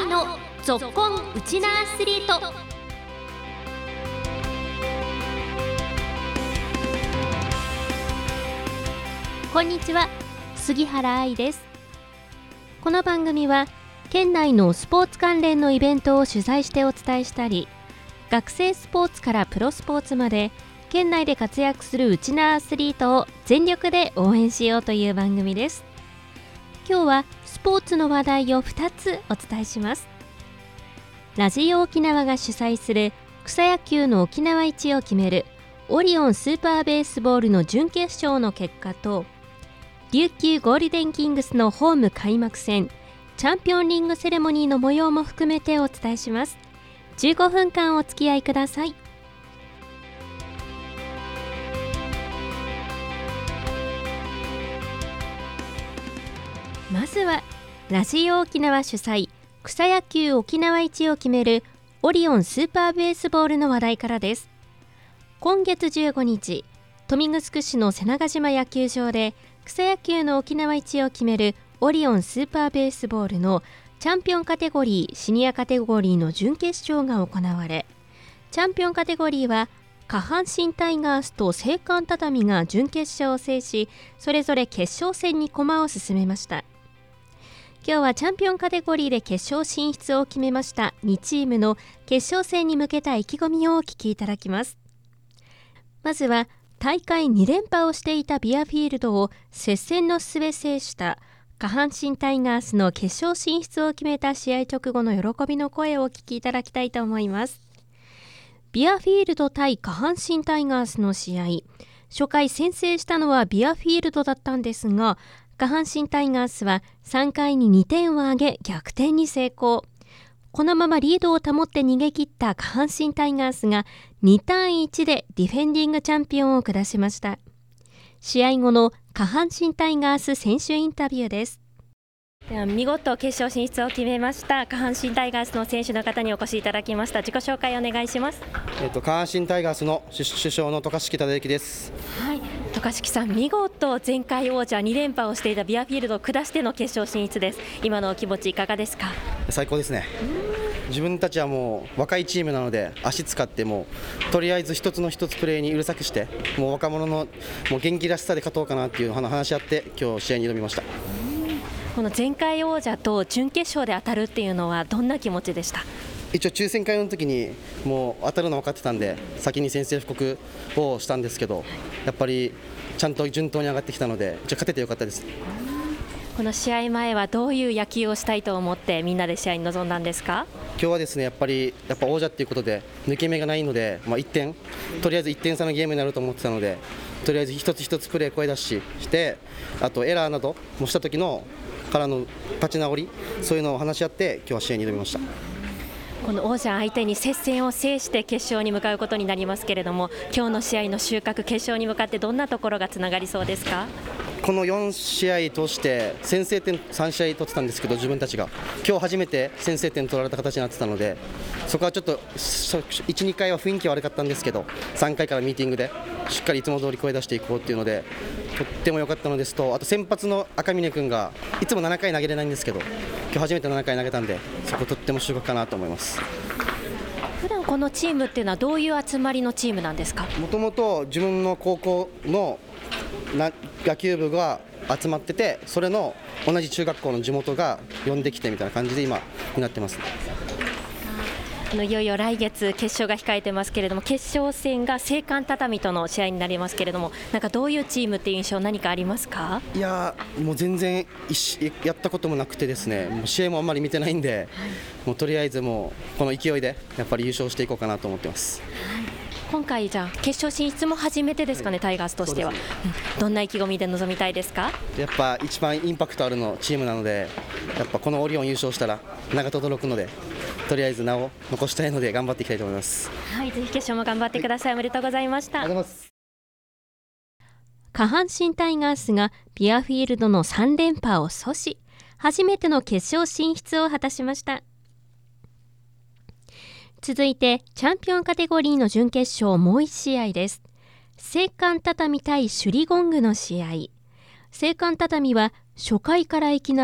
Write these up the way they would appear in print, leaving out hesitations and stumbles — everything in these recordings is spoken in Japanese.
のぞっこんウチナアスリート。こんにちは、杉原愛です。この番組は県内のスポーツ関連のイベントを取材してお伝えしたり、学生スポーツからプロスポーツまで県内で活躍するウチナアスリートを全力で応援しようという番組です。今日はスポーツの話題を2つお伝えします。ラジオ沖縄が主催する草野球の沖縄一を決めるオリオンスーパーベースボールの準決勝の結果と、琉球ゴールデンキングスのホーム開幕戦チャンピオンリングセレモニーの模様も含めてお伝えします。15分間お付き合いください。まずはラジオ沖縄主催草野球沖縄一を決めるオリオンスーパーベースボールの話題からです。今月15日、豊見城市の瀬長島野球場で草野球の沖縄一を決めるオリオンスーパーベースボールのチャンピオンカテゴリー、シニアカテゴリーの準決勝が行われ、チャンピオンカテゴリーは下半身タイガースと青函畳が準決勝を制し、それぞれ決勝戦に駒を進めました。今日はチャンピオンカテゴリーで決勝進出を決めました2チームの決勝戦に向けた意気込みをお聞きいただきます。まずは大会2連覇をしていたビアフィールドを接戦の末制した下半身タイガースの決勝進出を決めた試合直後の喜びの声をお聞きいただきたいと思います。ビアフィールド対下半身タイガースの試合、初回先制したのはビアフィールドだったんですが、下半身タイガースは3回に2点を挙げ逆転に成功。このままリードを保って逃げ切った下半身タイガースが2対1でディフェンディングチャンピオンを下しました。試合後の下半身タイガース選手インタビューです。では見事決勝進出を決めました下半身タイガースの選手の方にお越しいただきました。自己紹介お願いします。 下半身タイガースの主将の渡嘉敷忠之です。 はい、渡嘉敷さん、見事前回王者2連覇をしていたビアフィールドを下しての決勝進出です。今のお気持ちいかがですか？ 最高ですね。自分たちはもう若いチームなので足使ってもとりあえず一つの一つプレーにうるさくして、もう若者のもう元気らしさで勝とうかなっていう話し合って今日試合に挑みました。 この前回王者と準決勝で当たるっていうのはどんな気持ちでした？ 一応抽選会の時にもう当たるの分かってたんで先に宣誓布告をしたんですけど、やっぱりちゃんと順当に上がってきたので一応勝ててよかったです。 この試合前はどういう野球をしたいと思ってみんなで試合に臨んだんですか？ 今日はですね、やっぱ王者っていうことで抜け目がないので、とりあえず1点差のゲームになると思ってたので、とりあえず一つ一つプレー声出しして、あとエラーなどもした時のからの立ち直り、そういうのを話し合って今日は試合に挑みました。 この王者相手に接戦を制して決勝に向かうことになりますけれども、今日の試合の収穫、決勝に向かってどんなところがつながりそうですか？ この4試合通して先制点3試合取ってたんですけど、自分たちが今日初めて先制点取られた形になってたので、そこはちょっと 1,2 回は雰囲気悪かったんですけど、3回からミーティングでしっかりいつも通り声出していこうっていうのでとっても良かったのですと、あと先発の赤嶺君がいつも7回投げれないんですけど、今日初めて7回投げたんで、そこ、とっても収穫かなと思います。 普段このチームっていうのはどういう集まりのチームなんですか？ もともと自分の高校の野球部が集まってて、それの同じ中学校の地元が呼んできてみたいな感じで今になってます。 いよいよ来月決勝が控えてますけれども、決勝戦が青函畳との試合になりますけれども、なんかどういうチームっていう印象何かありますか？ いやもう全然やったこともなくてですね、もう試合もあんまり見てないんで、もうとりあえずもうこの勢いでやっぱり優勝していこうかなと思ってます。 今回じゃあ決勝進出も初めてですかね、タイガースとしては。どんな意気込みで臨みたいですか？ やっぱ一番インパクトあるのチームなので、やっぱこのオリオン優勝したら名が轟くので、とりあえず名を残したいので頑張っていきたいと思います。 はい、ぜひ決勝も頑張ってください。おめでとうございました。 ありがとうございます。 下半身タイガースがビアフィールドの3連覇を阻止、初めての決勝進出を果たしました。続いてチャンピオンカテゴリーの準決勝もう1試合です。青函畳対首里ゴングの試合。青函畳は初回からいきなり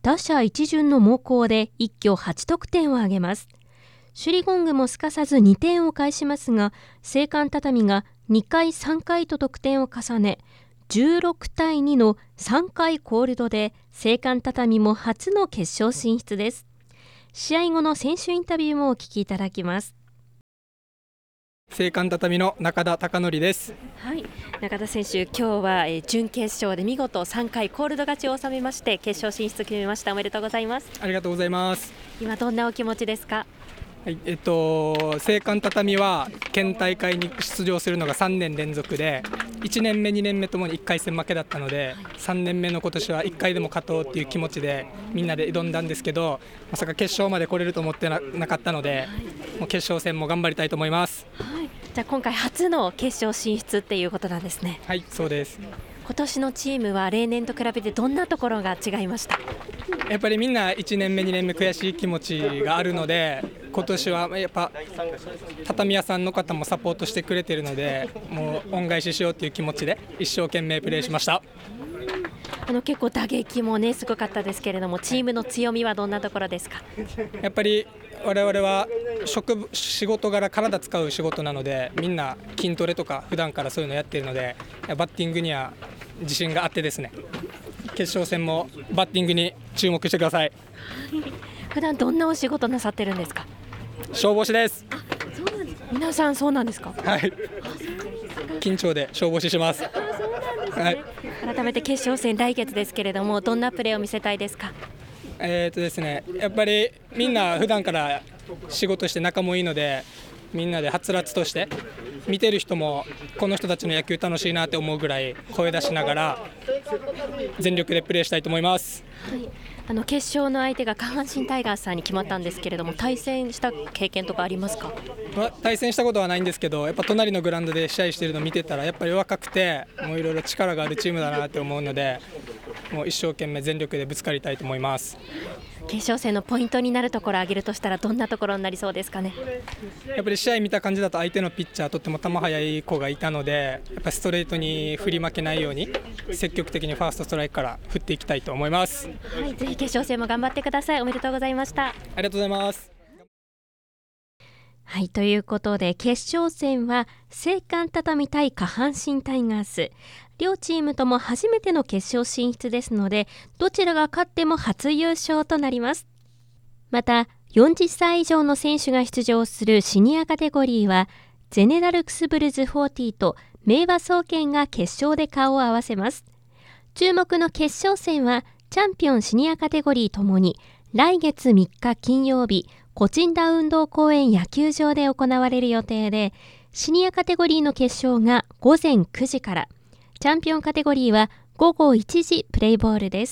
打者一巡の猛攻で一挙8得点を挙げます。首里ゴングもすかさず2点を返しますが、青函畳が2回3回と得点を重ね、16対2の3回コールドで青函畳も初の決勝進出です。試合後の選手インタビューもお聞きいただきます。 青函畳の中田貴則です。 はい、中田選手、今日は準決勝で見事3回コールド勝ちを収めまして決勝進出決めました。おめでとうございます。 ありがとうございます。 今どんなお気持ちですか？ はい、青函畳は県大会に出場するのが3年連続で、1年目2年目ともに1回戦負けだったので、3年目の今年は1回でも勝とうっていう気持ちでみんなで挑んだんですけど、まさか決勝まで来れると思ってなかったので、もう決勝戦も頑張りたいと思います。 はい、じゃあ今回初の決勝進出っていうことなんですね。 はい、そうです。 今年のチームは例年と比べてどんなところが違いました？ やっぱりみんな1年目2年目悔しい気持ちがあるので、今年はやっぱ畳屋さんの方もサポートしてくれているので、もう恩返ししようという気持ちで一生懸命プレーしました。 結構打撃もねすごかったですけれども、チームの強みはどんなところですか？ やっぱり我々は仕事柄体使う仕事なので、みんな筋トレとか普段からそういうのやっているので、バッティングには自信があってですね、決勝戦もバッティングに注目してください。 普段どんなお仕事なさってるんですか？ 消防士です。 そうなんです。皆さんそうなんですか？ はい、緊張で消防士します。 そうなんですね。はい、改めて決勝戦来月ですけれども、どんなプレーを見せたいですか？ ですね、やっぱりみんな普段から仕事して仲もいいので、みんなではつらつとして見てる人もこの人たちの野球楽しいなって思うぐらい声出しながら全力でプレーしたいと思います。 はい、決勝の相手が下半身タイガースさんに決まったんですけれども、対戦した経験とかありますか？ 対戦したことはないんですけど、やっぱ隣のグラウンドで試合してるの見てたらやっぱり若くてもういろいろ力があるチームだなって思うので、もう一生懸命全力でぶつかりたいと思います。 決勝戦のポイントになるところを挙げるとしたらどんなところになりそうですかね？ やっぱり試合見た感じだと相手のピッチャーとっても球速い子がいたので、やっぱストレートに振り負けないように積極的にファーストストライクから振っていきたいと思います。 はい、ぜひ決勝戦も頑張ってください。おめでとうございました。 ありがとうございます。 はい、ということで決勝戦は青函畳対下半身タイガース、両チームとも初めての決勝進出ですので、どちらが勝っても初優勝となります。また40歳以上の選手が出場するシニアカテゴリーはゼネラルクスブルズ40と明和総研が決勝で顔を合わせます。注目の決勝戦はチャンピオンシニアカテゴリーともに来月3日金曜日、コチンダ運動公園野球場で行われる予定で、シニアカテゴリーの決勝が午前9時から、チャンピオンカテゴリーは午後1時プレイボールです。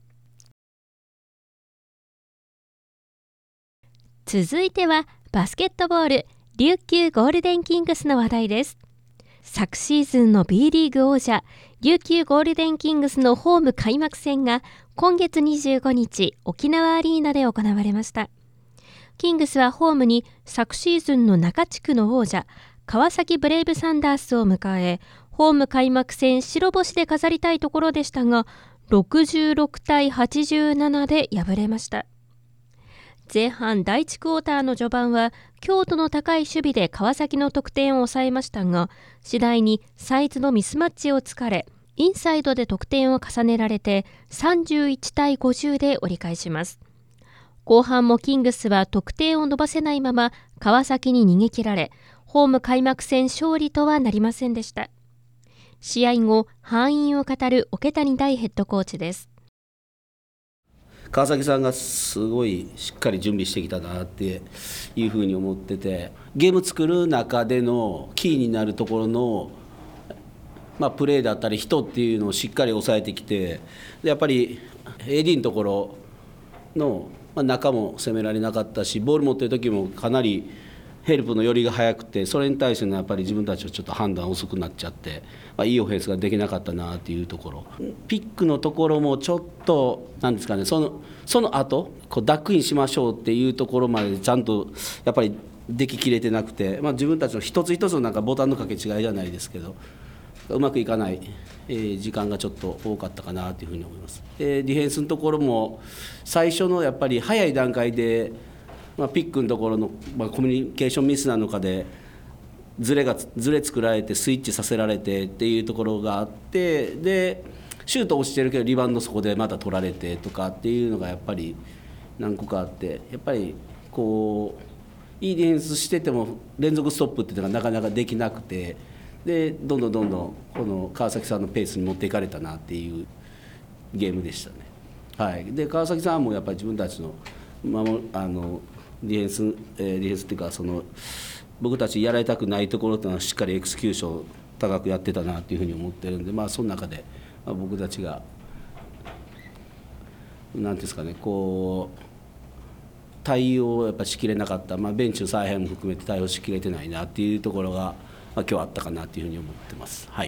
続いてはバスケットボール、琉球ゴールデンキングスの話題です。昨シーズンの B リーグ王者、琉球ゴールデンキングスのホーム開幕戦が今月25日、沖縄アリーナで行われました。キングスはホームに昨シーズンの中地区の王者、川崎ブレイブサンダースを迎え、ホーム開幕戦白星で飾りたいところでしたが、66対87で敗れました。前半第1クォーターの序盤は強度の高い守備で川崎の得点を抑えましたが、次第にサイズのミスマッチを突かれ、インサイドで得点を重ねられて31対50で折り返します。後半もキングスは得点を伸ばせないまま川崎に逃げ切られ、ホーム開幕戦勝利とはなりませんでした。試合後、敗因を語る桶谷大ヘッドコーチです。 川崎さんがすごいしっかり準備してきたなっていうふうに思ってて、ゲーム作る中でのキーになるところの、プレーだったり人っていうのをしっかり抑えてきて、やっぱり AD のところの中も攻められなかったし、ボール持ってる時もかなりヘルプの寄りが早くて、それに対してのやっぱり自分たちはちょっと判断遅くなっちゃって、いいオフェンスができなかったなっていうところ、ピックのところもちょっとなんですかね、その後ダックインしましょうっていうところまでちゃんとやっぱりでききれてなくて、自分たちの一つ一つのなんかボタンの掛け違いじゃないですけど、 うまくいかない時間がちょっと多かったかなというふうに思います。ディフェンスのところも最初のやっぱり早い段階で、ピックのところの、コミュニケーションミスなのかでズレ作られてスイッチさせられてっていうところがあって、でシュート落ちてるけどリバウンドそこでまた取られてとかっていうのがやっぱり何個かあって、やっぱりこういいディフェンスしてても連続ストップっていうのがなかなかできなくて、でどんどんこの川崎さんのペースに持っていかれたなっていうゲームでしたね。はい、で川崎さんもやっぱり自分たちのディフェンスっていうか、僕たちやられたくないところっていうのはしっかりエクスキューション高くやってたなというふうに思ってるんで、その中で僕たちが何ていうんですかね、こう対応をやっぱしきれなかった、ベンチの采配も含めて対応しきれてないなっていうところが、今日あったかなというふうに思ってます。はい。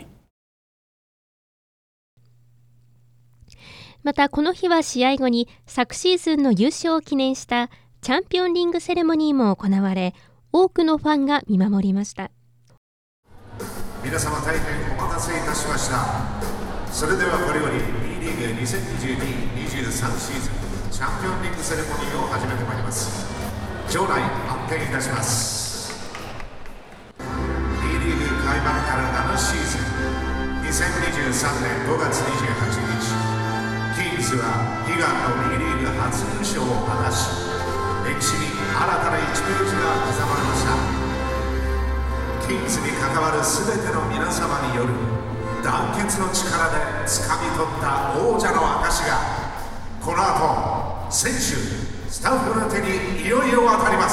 またこの日は試合後に昨シーズンの優勝を記念したチャンピオンリングセレモニーも行われ、多くのファンが見守りました。 皆様大変お待たせいたしました。それではこれより B リーグ2022-23シーズンチャンピオンリングセレモニーを始めてまいります。場内発展いたします。 B リーグ開幕から7シーズン、2023年5月28日、キングスは悲願の B リーグ初優勝を果たし、歴史に新たな1ページが刻まれました。キングスに関わる全ての皆様による団結の力で掴み取った王者の証が、この後選手スタッフの手にいよいよ渡ります。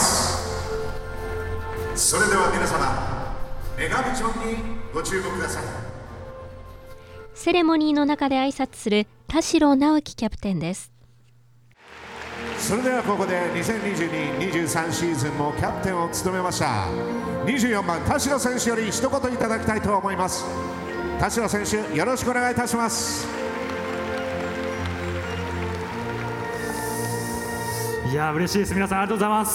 それでは皆様、女神チョンにご注目ください。 セレモニーの中で挨拶する田代直樹キャプテンです。 それではここで2022-23シーズンもキャプテンを務めました24番田代選手より一言いただきたいと思います。田代選手、よろしくお願いいたします。 いや嬉しいです。皆さんありがとうございます。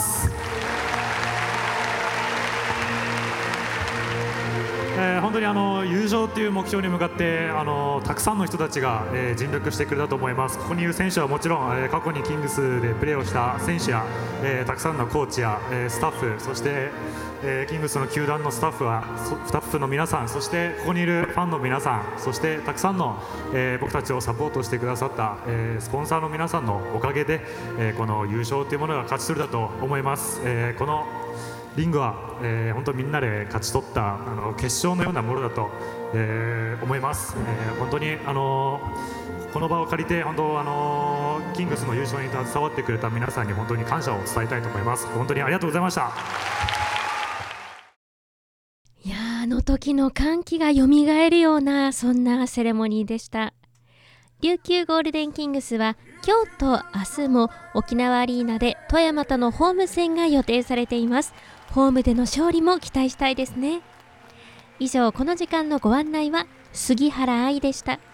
本当に優勝という目標に向かってたくさんの人たちが、尽力してくれたと思います。ここにいる選手はもちろん、過去にキングスでプレーをした選手や、たくさんのコーチや、スタッフ、そして、キングスの球団のスタッフの皆さん、そしてここにいるファンの皆さん、そしてたくさんの、僕たちをサポートしてくださった、スポンサーの皆さんのおかげで、この優勝というものが勝ち取れたと思います。このリングは、本当みんなで勝ち取った決勝のようなものだと、思います。本当にこの場を借りて本当キングスの優勝に携わってくれた皆さんに本当に感謝を伝えたいと思います。本当にありがとうございました。 いやあの時の歓喜がよみがえるような、そんなセレモニーでした。琉球ゴールデンキングスは今日と明日も沖縄アリーナで富山とのホーム戦が予定されています。ホームでの勝利も期待したいですね。以上、この時間のご案内は杉原愛でした。